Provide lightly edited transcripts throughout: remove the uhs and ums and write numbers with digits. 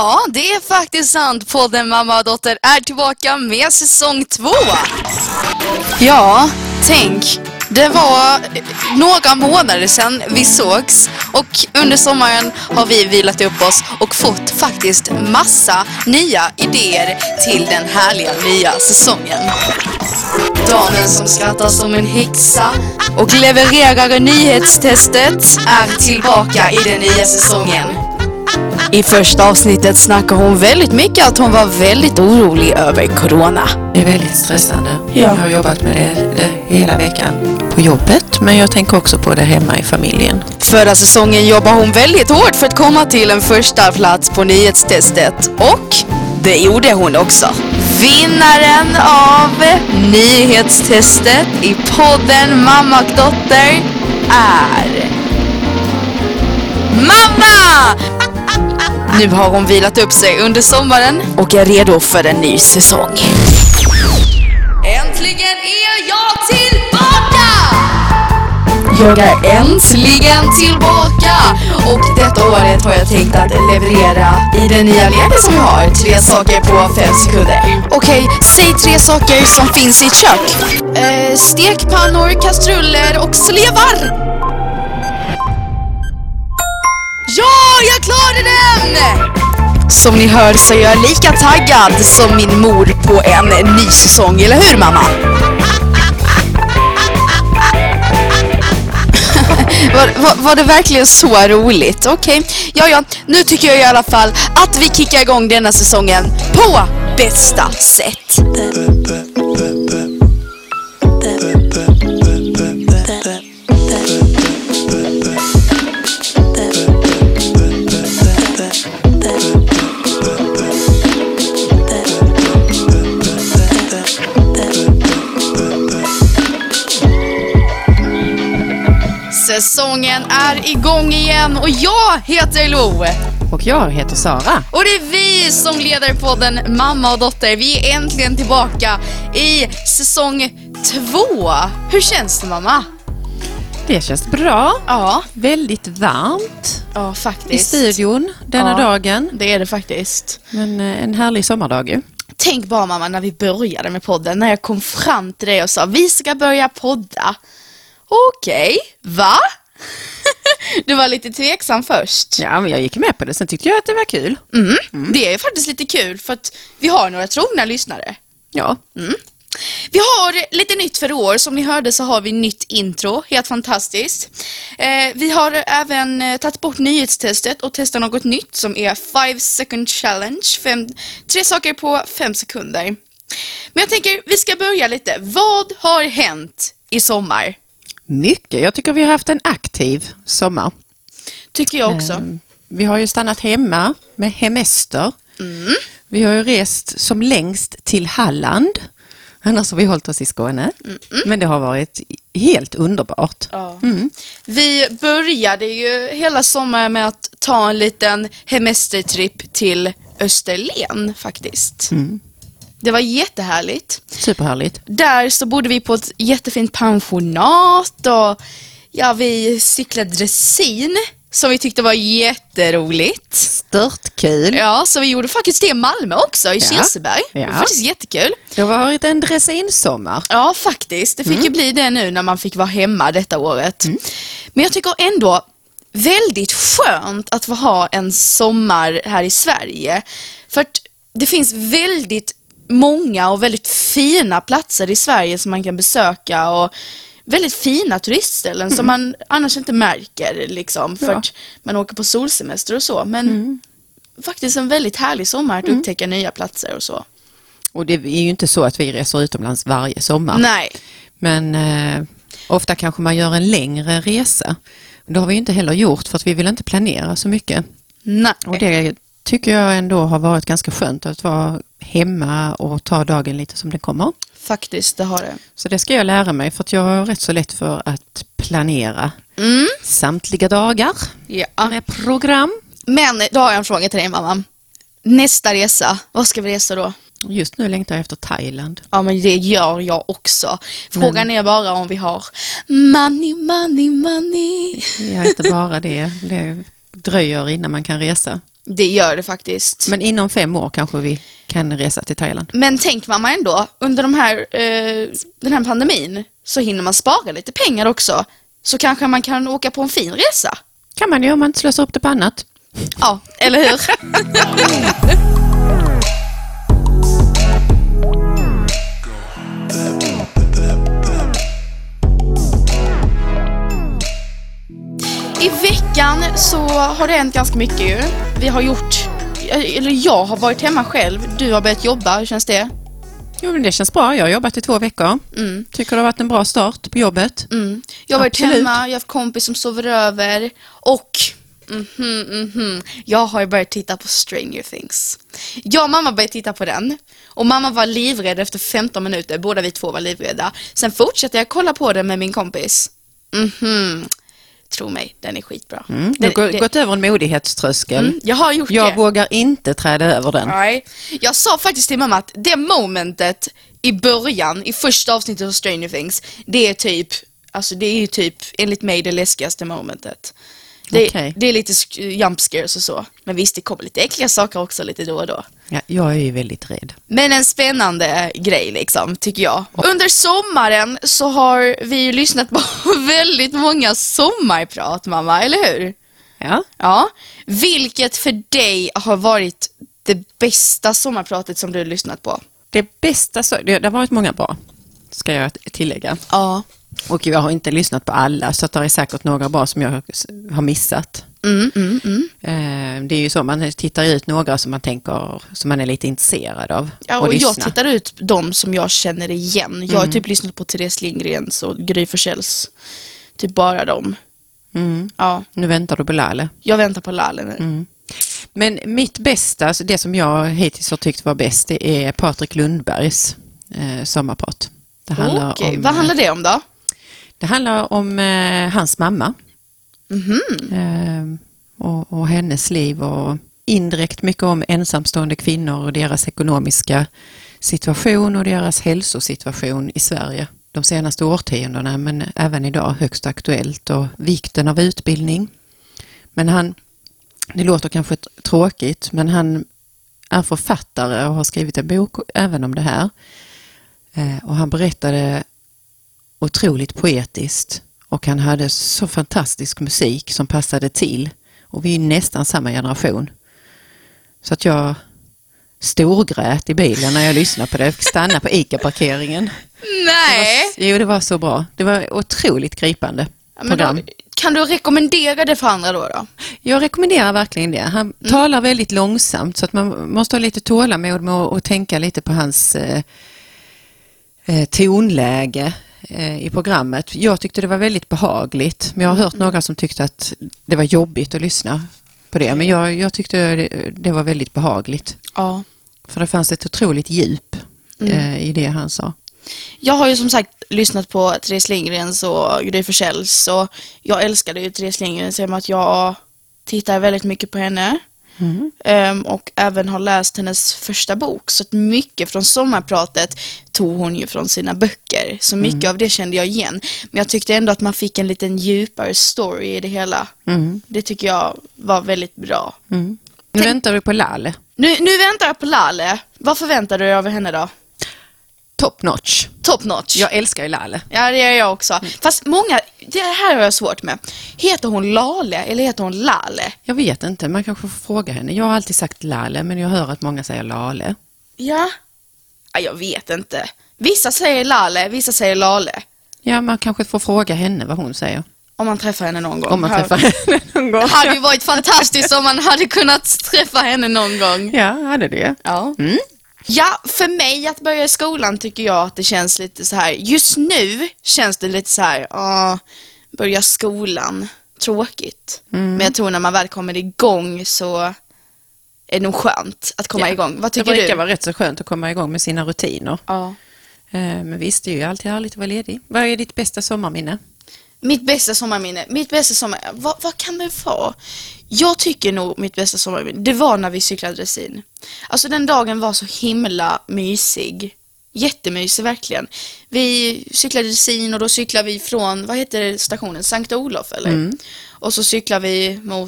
Ja, det är faktiskt sant. Podden Mamma och Dotter är tillbaka med säsong 2. Ja, tänk. Det var några månader sedan vi sågs och under sommaren har vi vilat upp oss och fått faktiskt massa nya idéer till den härliga nya säsongen. Damen som skrattar som en häxa och levererar nyhetstestet är tillbaka i den nya säsongen. I första avsnittet snackar hon väldigt mycket att hon var väldigt orolig över corona. Det är väldigt stressande. Jag har jobbat med det hela veckan på jobbet, men jag tänker också på det hemma i familjen. Förra säsongen jobbar hon väldigt hårt för att komma till en första plats på nyhetstestet och det gjorde hon också. Vinnaren av nyhetstestet i podden Mamma och Dotter är Mamma! Nu har hon vilat upp sig under sommaren och är redo för en ny säsong. Äntligen är jag tillbaka! Jag är äntligen tillbaka! Och detta året har jag tänkt att leverera i den nya leken som jag har 3 saker på 5 sekunder. Okej, säg 3 saker som finns i ett kök. Stekpannor, kastruller och slevar. Ja, jag klarade den! Som ni hör så är jag lika taggad som min mor på en ny säsong, eller hur mamma? Var det verkligen så roligt? Okej, ja, nu tycker jag i alla fall att vi kickar igång denna säsongen på bästa sätt. Säsongen är igång igen och jag heter Lo. Och jag heter Sara. Och det är vi som leder podden Mamma och Dotter. Vi är äntligen tillbaka i säsong 2. Hur känns det, mamma? Det känns bra. Ja. Väldigt varmt. Ja, faktiskt. I studion denna dagen. Det är det faktiskt. Men en härlig sommardag ju. Tänk bara, mamma, när vi började med podden. När jag kom fram till dig och sa vi ska börja podda. Okej, va? Du var lite tveksam först. Ja, men jag gick med på det. Sen tyckte jag att det var kul. Det är faktiskt lite kul för att vi har några trogna lyssnare. Ja. Vi har lite nytt för år. Som ni hörde så har vi nytt intro. Helt fantastiskt. Vi har även tagit bort nyhetstestet och testat något nytt som är 5 second challenge. 3 saker på 5 sekunder. Men jag tänker vi ska börja lite. Vad har hänt i sommar? Mycket. Jag tycker vi har haft en aktiv sommar. Tycker jag också. Vi har ju stannat hemma med hemester. Vi har ju rest som längst till Halland. Annars har vi hållit oss i Skåne. Men det har varit helt underbart. Ja. Vi började ju hela sommaren med att ta en liten hemestertripp till Österlen faktiskt. Det var jättehärligt. Superhärligt. Där så bodde vi på ett jättefint pensionat och ja, vi cyklade dressin som vi tyckte var jätteroligt. Stört kul. Ja, så vi gjorde faktiskt det i Malmö också, i Kirseberg. Det var faktiskt jättekul. Det har varit en dressinsommar. Ja, faktiskt. Det fick ju bli det nu när man fick vara hemma detta året. Men jag tycker ändå väldigt skönt att få ha en sommar här i Sverige. För att det finns väldigt många och väldigt fina platser i Sverige som man kan besöka och väldigt fina turistställen som man annars inte märker liksom, för att man åker på solsemester och så. Men faktiskt en väldigt härlig sommar att upptäcka nya platser och så. Och det är ju inte så att vi reser utomlands varje sommar. Nej. Men ofta kanske man gör en längre resa. Det har vi ju inte heller gjort för att vi vill inte planera så mycket. Nej. Och det tycker jag ändå har varit ganska skönt att vara hemma och ta dagen lite som det kommer. Faktiskt, det har det. Så det ska jag lära mig för att jag har rätt så lätt för att planera samtliga dagar med program. Men då har jag en fråga till dig, mamma. Nästa resa, vad ska vi resa då? Just nu längtar jag efter Thailand. Ja, men det gör jag också. Frågan är bara om vi har money. Jag är inte bara det. dröjer innan man kan resa. Det gör det faktiskt. Men inom 5 år kanske vi kan resa till Thailand. Men tänk mamma ändå, under den här pandemin så hinner man spara lite pengar också. Så kanske man kan åka på en fin resa. Kan man ju om man inte slösar upp det på annat. Ja, eller hur? I veckan så har det hänt ganska mycket ju. Jag har varit hemma själv. Du har börjat jobba, hur känns det? Jo, men det känns bra. Jag har jobbat i 2 veckor. Tycker det har varit en bra start på jobbet. Jag har varit hemma, jag har haft kompis som sover över. Och jag har börjat titta på Stranger Things. Jag och mamma började titta på den. Och mamma var livrädd efter 15 minuter. Båda vi 2 var livrädda. Sen fortsatte jag kolla på den med min kompis. Tro mig, den är skitbra. Du har gått över en modighetströskel. Jag har gjort det. Jag vågar inte träda över den. Nej. Jag sa faktiskt till mamma att det momentet i början, i första avsnittet av Stranger Things, det är ju typ enligt mig det läskigaste momentet. Det är lite jump scares och så. Men visst, det kommer lite äckliga saker också lite då och då. Ja, jag är ju väldigt rädd. Men en spännande grej liksom, tycker jag. Under sommaren så har vi ju lyssnat på väldigt många sommarprat, mamma, eller hur? Ja. Ja. Vilket för dig har varit det bästa sommarpratet som du har lyssnat på? Det bästa, det har varit många bra, ska jag tillägga. Ja. Och jag har inte lyssnat på alla, så att det är säkert några bra som jag har missat. Det är ju så, man tittar ut några som man tänker, som man är lite intresserad av. Ja, och jag tittar ut de som jag känner igen. Jag har typ lyssnat på Therese Lindgrens och Gry Forssells. Typ bara dem. Ja. Nu väntar du på Lale. Jag väntar på Lale nu. Men mitt bästa, det som jag hittills har tyckt var bäst, det är Patrik Lundbergs sommarprat. Det handlar om, vad handlar det om då? Det handlar om hans mamma. Och hennes liv, och indirekt mycket om ensamstående kvinnor och deras ekonomiska situation och deras hälsosituation i Sverige de senaste årtiondena, men även idag högst aktuellt, och vikten av utbildning. Men det låter kanske tråkigt, men han är författare och har skrivit en bok även om det här. Och han berättade otroligt poetiskt, och han hade så fantastisk musik som passade till, och vi är nästan samma generation. Så att jag storgrät i bilen när jag lyssnade på det. Jag fick stanna på ICA-parkeringen. Nej! Det var så bra. Det var otroligt gripande program. Då, kan du rekommendera det för andra då? Jag rekommenderar verkligen det. Han talar väldigt långsamt, så att man måste ha lite tålamod med att tänka lite på hans tonläge i programmet. Jag tyckte det var väldigt behagligt, men jag har hört några som tyckte att det var jobbigt att lyssna på det. Men jag tyckte det var väldigt behagligt. Ja. För det fanns ett otroligt djup i det han sa. Jag har ju som sagt lyssnat på Therese Lindgrens och Gry Forssells, och jag älskade ju Therese Lindgren, så att jag tittar väldigt mycket på henne. Och även har läst hennes första bok, så att mycket från sommarpratet tog hon ju från sina böcker, så mycket av det kände jag igen, men jag tyckte ändå att man fick en liten djupare story i det hela. Det tycker jag var väldigt bra. Nu väntar vi på Lale. Nu väntar jag på Lale. Vad förväntar du dig av henne då? Top notch. Top notch. Jag älskar ju Lale. Ja, det gör jag också. Fast många, det här har jag svårt med. Heter hon Lale eller heter hon Lale? Jag vet inte, man kanske får fråga henne. Jag har alltid sagt Lale, men jag hör att många säger Lale. Ja, jag vet inte. Vissa säger Lale, vissa säger Lale. Ja, man kanske får fråga henne vad hon säger. Om man träffar henne någon gång. Om man träffar henne någon gång. Det hade ju varit fantastiskt om man hade kunnat träffa henne någon gång. Ja, hade det. Ja. Ja, för mig att börja i skolan tycker jag att det känns lite så här. Just nu känns det lite så här, börja skolan, tråkigt. Men jag tror när man väl kommer igång så är det nog skönt att komma igång. Vad tycker du? Det brukar vara rätt så skönt att komma igång med sina rutiner. Ja. Men visst, det är ju alltid härligt att vara ledig. Vad är ditt bästa sommarminne? Mitt bästa sommarminne, vad kan det vara? Jag tycker nog mitt bästa sommarminne, det var när vi cyklade dressin. Alltså den dagen var så himla mysig. Jättemysig verkligen. Vi cyklade dressin och då cyklade vi från, vad heter stationen? Sankt Olof eller? Och så cyklade vi mot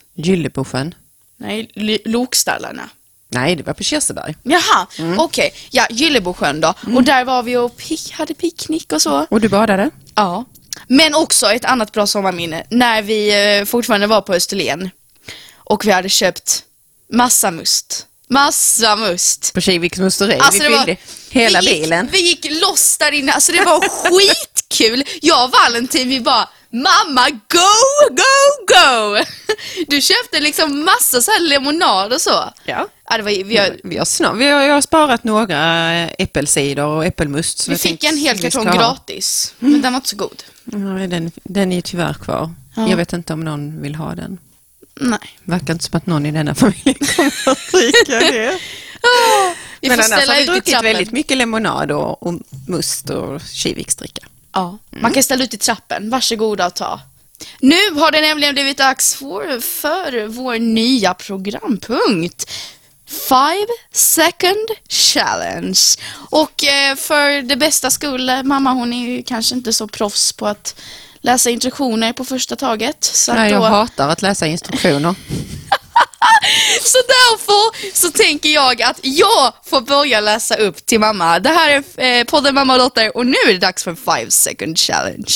Gyllebosjön. Nej, Lokstallarna. Nej, det var på Kirseberg. Jaha, okej. Ja, Gyllebosjön då. Och där var vi och hade picknick och så. Och du badade? Ja. Men också ett annat bra sommarminne. När vi fortfarande var på Österlen. Och vi hade köpt massa must. På Kiviks musteri. Alltså, vi fyllde hela bilen. Vi gick loss där inne. Alltså det var skitkul. Jag och Valentin, vi bara, mamma, go, go, go. Du köpte liksom massa så här lemonad och så. Ja. Ja, det var, jag har sparat några äppelcider och äppelmust. Så vi fick en hel kartong gratis. Men den var inte så god. Ja, den är tyvärr kvar. Ja. Jag vet inte om någon vill ha den. Nej. Verkar inte som att någon i denna familjen kommer att dricka det. Vi men får annars ställa har vi ut i druckit trappen. väldigt mycket lemonad och must och Kiviksdricka. Ja, man kan ställa ut i trappen. Varsågoda att ta. Nu har det nämligen blivit dags för vår nya programpunkt. 5-second challenge. Och för det bästa skull, mamma hon är ju kanske inte så proffs på att läsa instruktioner på första taget. Så Nej, då... jag hatar att läsa instruktioner. Så därför så tänker jag att jag får börja läsa upp till mamma. Det här är podden Mamma och Dotter och nu är det dags för en 5-second challenge.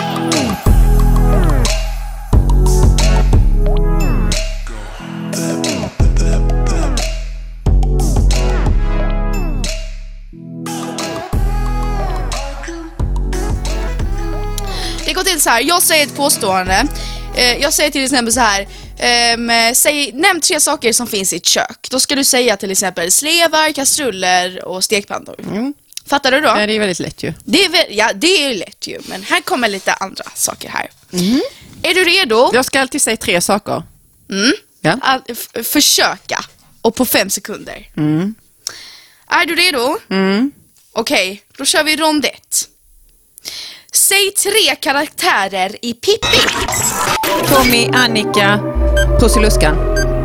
Det går till så här, jag säger ett påstående. Jag säger till exempel så här, nämn 3 saker som finns i ett kök. Då ska du säga till exempel slevar, kastruller och stekpannor. Fattar du då? Ja, det är väldigt lätt ju. Det är lätt ju, men här kommer lite andra saker här. Är du redo? Jag ska alltid säga 3 saker. Ja. Försöka. Och på 5 sekunder. Är du redo? Okej, då kör vi rond 1. Säg 3 karaktärer i Pippi. Tommy, Annika, Prussiluskan.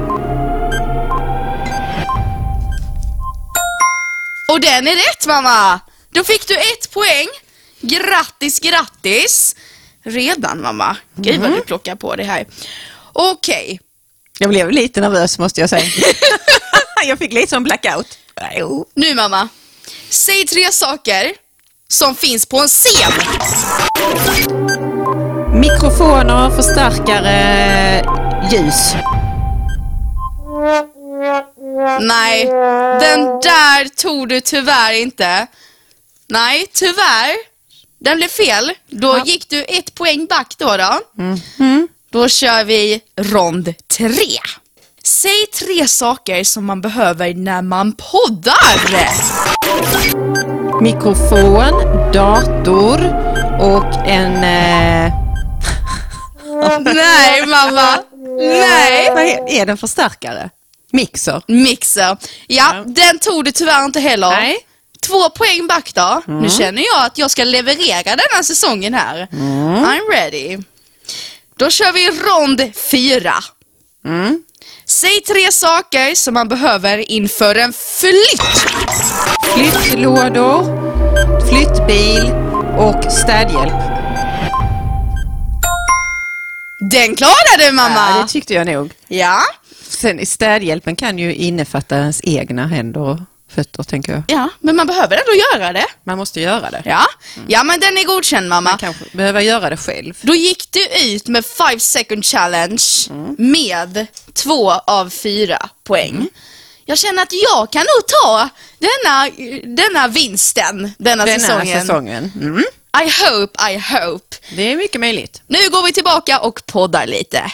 Och den är rätt, mamma. Då fick du 1 poäng. Grattis. Redan, mamma. Gud vad du plockar på det här. Okej. Jag blev lite nervös måste jag säga. Jag fick lite som blackout. Nu, mamma. Säg 3 saker som finns på en scen. Mikrofoner, förstärkare, ljus. Nej, den där tog du tyvärr inte. Nej, tyvärr. Den blev fel. Då gick du 1 poäng back då. Då kör vi rond 3. Säg 3 saker som man behöver när man poddar. Mikrofon, dator och en... Nej, mamma. Nej. Vad är den förstärkare? Mixer. Ja, den tog du tyvärr inte heller. Nej. 2 poäng back då. Nu känner jag att jag ska leverera den här säsongen här. I'm ready. Då kör vi rond 4. Säg 3 saker som man behöver inför en flytt. Flyttlådor, flyttbil och städhjälp. Den klarade du, mamma. Ja, det tyckte jag nog. Ja. Sen städhjälpen kan ju innefatta ens egna händer och fötter, tänker jag. Ja, men man behöver ändå göra det. Man måste göra det. Ja, men den är godkänd, mamma. Man kanske behöver göra det själv. Då gick du ut med 5-second challenge med 2 av 4 poäng. Jag känner att jag kan nog ta denna vinsten, denna säsongen. I hope. Det är mycket möjligt. Nu går vi tillbaka och poddar lite.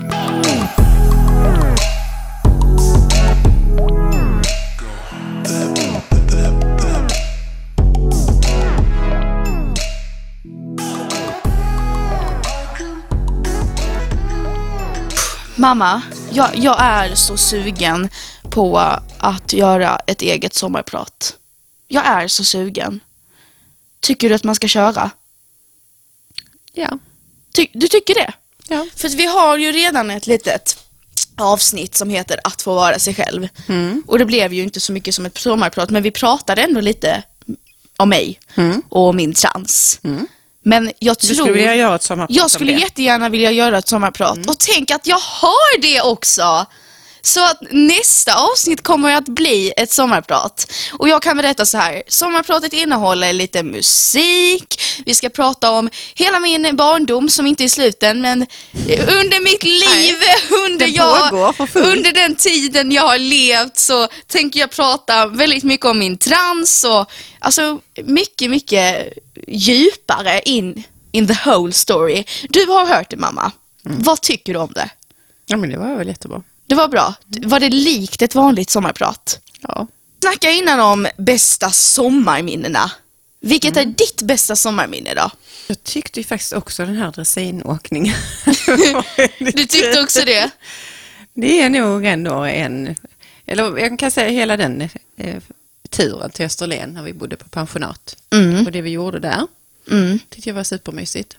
Mamma, jag är så sugen på att göra ett eget sommarprat. Jag är så sugen. Tycker du att man ska köra? Ja. Du tycker det? Ja. För att vi har ju redan ett litet avsnitt som heter Att få vara sig själv. Och det blev ju inte så mycket som ett sommarprat, men vi pratade ändå lite om mig och min trans. Men jag tror... Du skulle vilja göra ett sommarprat. Jag skulle jättegärna vilja göra ett sommarprat. Och tänk att jag har det också! Så att nästa avsnitt kommer att bli ett sommarprat. Och jag kan berätta så här. Sommarpratet innehåller lite musik. Vi ska prata om hela min barndom som inte är sluten. Men under mitt liv, under den tiden jag har levt, så tänker jag prata väldigt mycket om min trans. Och, alltså mycket djupare in the whole story. Du har hört det, mamma. Vad tycker du om det? Ja, men det var väl jättebra. Det var bra. Var det likt ett vanligt sommarprat? Ja. Snacka innan om bästa sommarminnena. Vilket är ditt bästa sommarminne då? Jag tyckte ju faktiskt också den här dressinåkningen. Du tyckte också det? Det är nog ändå eller jag kan säga hela den turen till Österlen när vi bodde på pensionat. Och det vi gjorde där. Tyckte jag var supermysigt.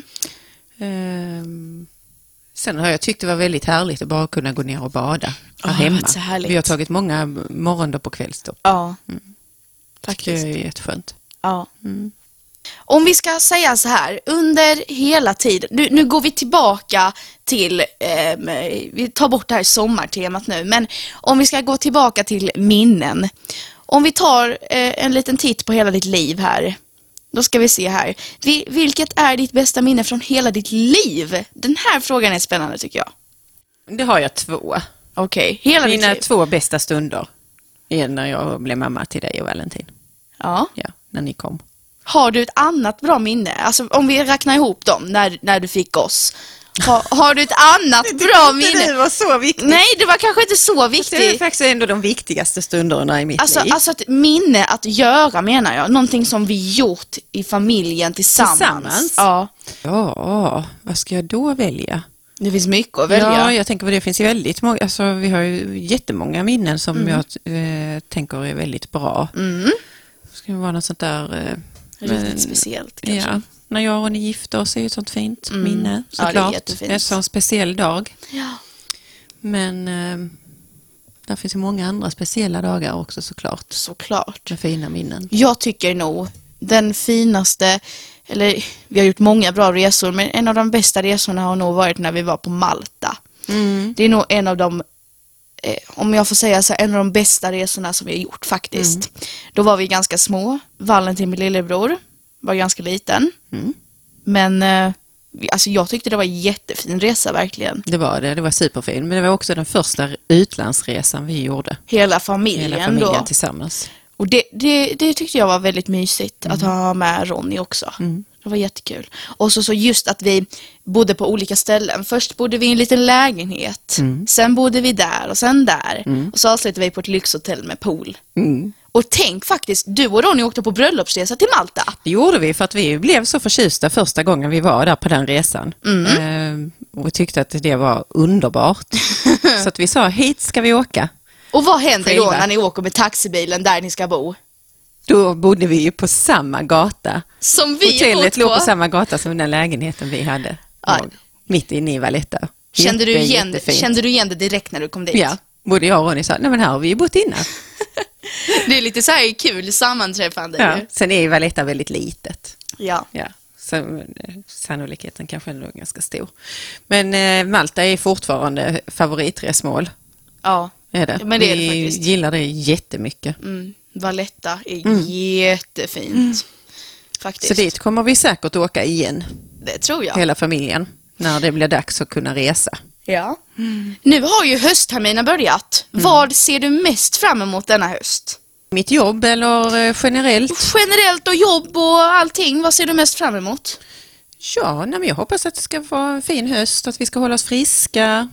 Sen har jag tyckt det var väldigt härligt att bara kunna gå ner och bada hemma. Så härligt. Vi har tagit många morgondopp och kvällsdopp. Ja, faktiskt. Det är jätteskönt. Ja. Om vi ska säga så här, under hela tiden, nu går vi tillbaka till, vi tar bort det här sommartemat nu, men om vi ska gå tillbaka till minnen. Om vi tar en liten titt på hela ditt liv här. Då ska vi se här. Vilket är ditt bästa minne från hela ditt liv? Den här frågan är spännande tycker jag. Det har jag 2. Okej, hela ditt Mina liv. 2 bästa stunder är när jag blev mamma till dig och Valentin. Ja. Ja, när ni kom. Har du ett annat bra minne? Alltså om vi räknar ihop dem när du fick oss. Har du ett annat bra minne? Det var så viktigt. Nej, det var kanske inte så Det är viktigt. faktiskt ändå de viktigaste stunderna i mitt liv. Alltså ett minne att göra menar jag. Någonting som vi gjort i familjen tillsammans. Ja. Ja, vad ska jag då välja? Det finns mycket att välja. Ja, jag tänker på det finns ju väldigt många, alltså vi har ju jättemånga minnen som jag tänker är väldigt bra. Ska det vara något sånt där... Riktigt speciellt kanske. Ja, när jag och ni gifte oss är ju ett sånt fint minne, Ja, det är såklart. jättefint. Det är en sån speciell dag. Ja. Men där finns ju många andra speciella dagar också såklart. Såklart. Med fina minnen. Jag tycker nog den finaste, eller vi har gjort många bra resor, men en av de bästa resorna har nog varit när vi var på Malta. Det är nog en av de, om jag får säga så, en av de bästa resorna som vi har gjort faktiskt. Då var vi ganska små. Valentin, min lillebror, var ganska liten. Men alltså jag tyckte det var en jättefin resa verkligen. Det var superfint. Men det var också den första utlandsresan vi gjorde. Hela familjen då. Tillsammans. Och det tyckte jag var väldigt mysigt att ha med Ronny också. Det var jättekul. Och så just att vi bodde på olika ställen. Först bodde vi i en liten lägenhet. Sen bodde vi där och sen där. Och så avslutade vi på ett lyxhotell med pool. Och tänk faktiskt, du och Ronny åkte på bröllopsresa till Malta. Det gjorde vi för att vi blev så förtjusta första gången vi var där på den resan. Och tyckte att det var underbart. Så att vi sa, hit ska vi åka. Och vad händer då Själva. när ni åker med taxibilen där ni ska bo? Då bodde vi ju på samma gata. Som vi Hotellet låg låg på samma gata som den lägenheten vi hade. Ja. Mitt inne i Valletta. Kände du Jättefint. igen det direkt när du kom dit? Ja, både jag och Ronny sa, nej men här har vi ju bott innan. Det är lite så här kul sammanträffande. Ja. ju. Sen är ju Valletta väldigt litet. Ja. Ja. Så sannolikheten kanske ändå är ganska stor. Men Malta är fortfarande favoritresmål. Ja. Är det? Men det är det Vi faktiskt. gillar det jättemycket. Valletta är jättefint. Faktiskt. Så dit kommer vi säkert åka igen, Det tror jag. hela familjen, när det blir dags att kunna resa. Ja. Nu har ju höstterminen börjat. Vad ser du mest fram emot denna höst? Mitt jobb eller generellt? Generellt och jobb och allting. Vad ser du mest fram emot? Ja, nej, men jag hoppas att det ska vara en fin höst, att vi ska hålla oss friska.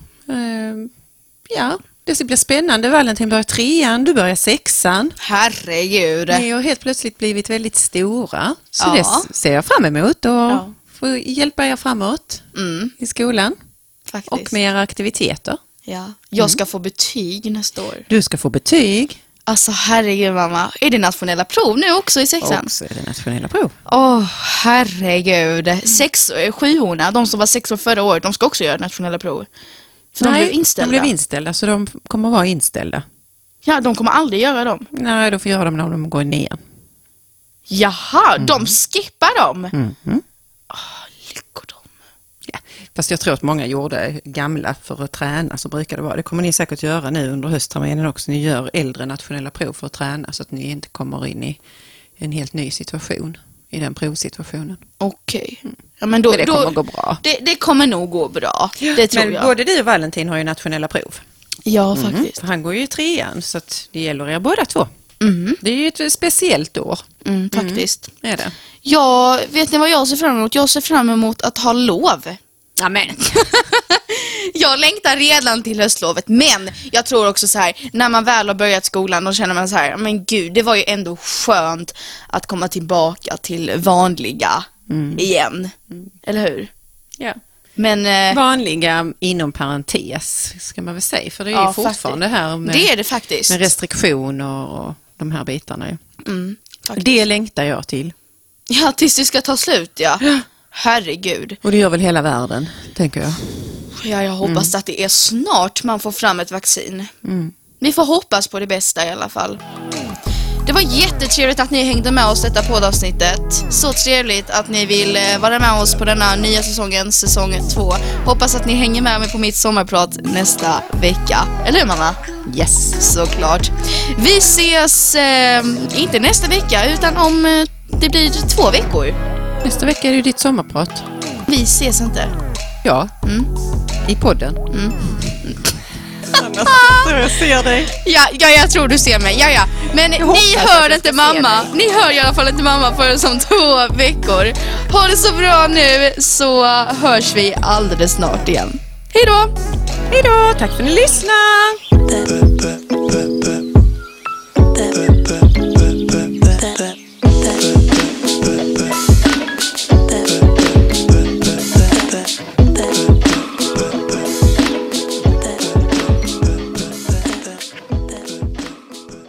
Ja, det ska bli spännande. Valentin börjar 3:an, du börjar 6:an. Herregud. Ni har helt plötsligt blivit väldigt stora. Så Ja. det ser jag fram emot och Ja. få hjälpa er framåt i skolan Faktiskt. och med era aktiviteter. Ja. Jag ska få betyg nästa år. Du ska få betyg. Alltså herregud mamma. Är det nationella prov nu också i 6:an? Och så är det nationella prov. Herregud. 7:orna, de som var 6 år förra året, de ska också göra nationella prov. För de blev inställda. de blev inställda så de kommer vara inställda. Ja, de kommer aldrig göra dem. Nej, då får göra dem när de går ner. Jaha, de skippar dem. Fast jag tror att många gjorde gamla för att träna, så brukar det vara. Det kommer ni säkert göra nu under höstterminen också. Ni gör äldre nationella prov för att träna så att ni inte kommer in i en helt ny situation i den provsituationen. Okej. Ja, men det kommer gå bra. Det kommer nog gå bra. Det tror men jag. både du och Valentin har ju nationella prov. Ja, faktiskt. Han går ju i 3:an så att det gäller er båda två. Det är ju ett speciellt år. Faktiskt. Är det? Ja, vet ni vad jag ser fram emot? Jag ser fram emot att ha lov. Amen. Jag längtar redan till höstlovet, men jag tror också så här, när man väl har börjat skolan, då känner man så här, men gud, det var ju ändå skönt att komma tillbaka till vanliga igen. Eller hur? Ja. Men vanliga inom parentes ska man väl säga, för det är ju fortfarande här med, det är det faktiskt. Med restriktioner och de här bitarna. Det längtar jag till. Ja, tills det ska ta slut, ja. Herregud. Och det gör väl hela världen, tänker jag. Ja, jag hoppas att det är snart man får fram ett vaccin. Vi får hoppas på det bästa i alla fall. Det var jättetrevligt att ni hängde med oss detta poddavsnittet. Så trevligt att ni vill vara med oss på denna nya säsongen, säsong 2. Hoppas att ni hänger med mig på mitt sommarprat nästa vecka. Eller hur, mamma? Yes. Såklart. Vi ses inte nästa vecka, utan om det blir 2 veckor. Nästa vecka är det ju ditt sommarprat. Vi ses inte. Ja, i podden. Jag ser dig. Ja, jag tror du ser mig. Ja. Men ni hör inte mamma. Ni hör i alla fall inte mamma förrän som 2 veckor. Ha det så bra nu, så hörs vi alldeles snart igen. Hej då! Hej då, tack för att ni lyssnade.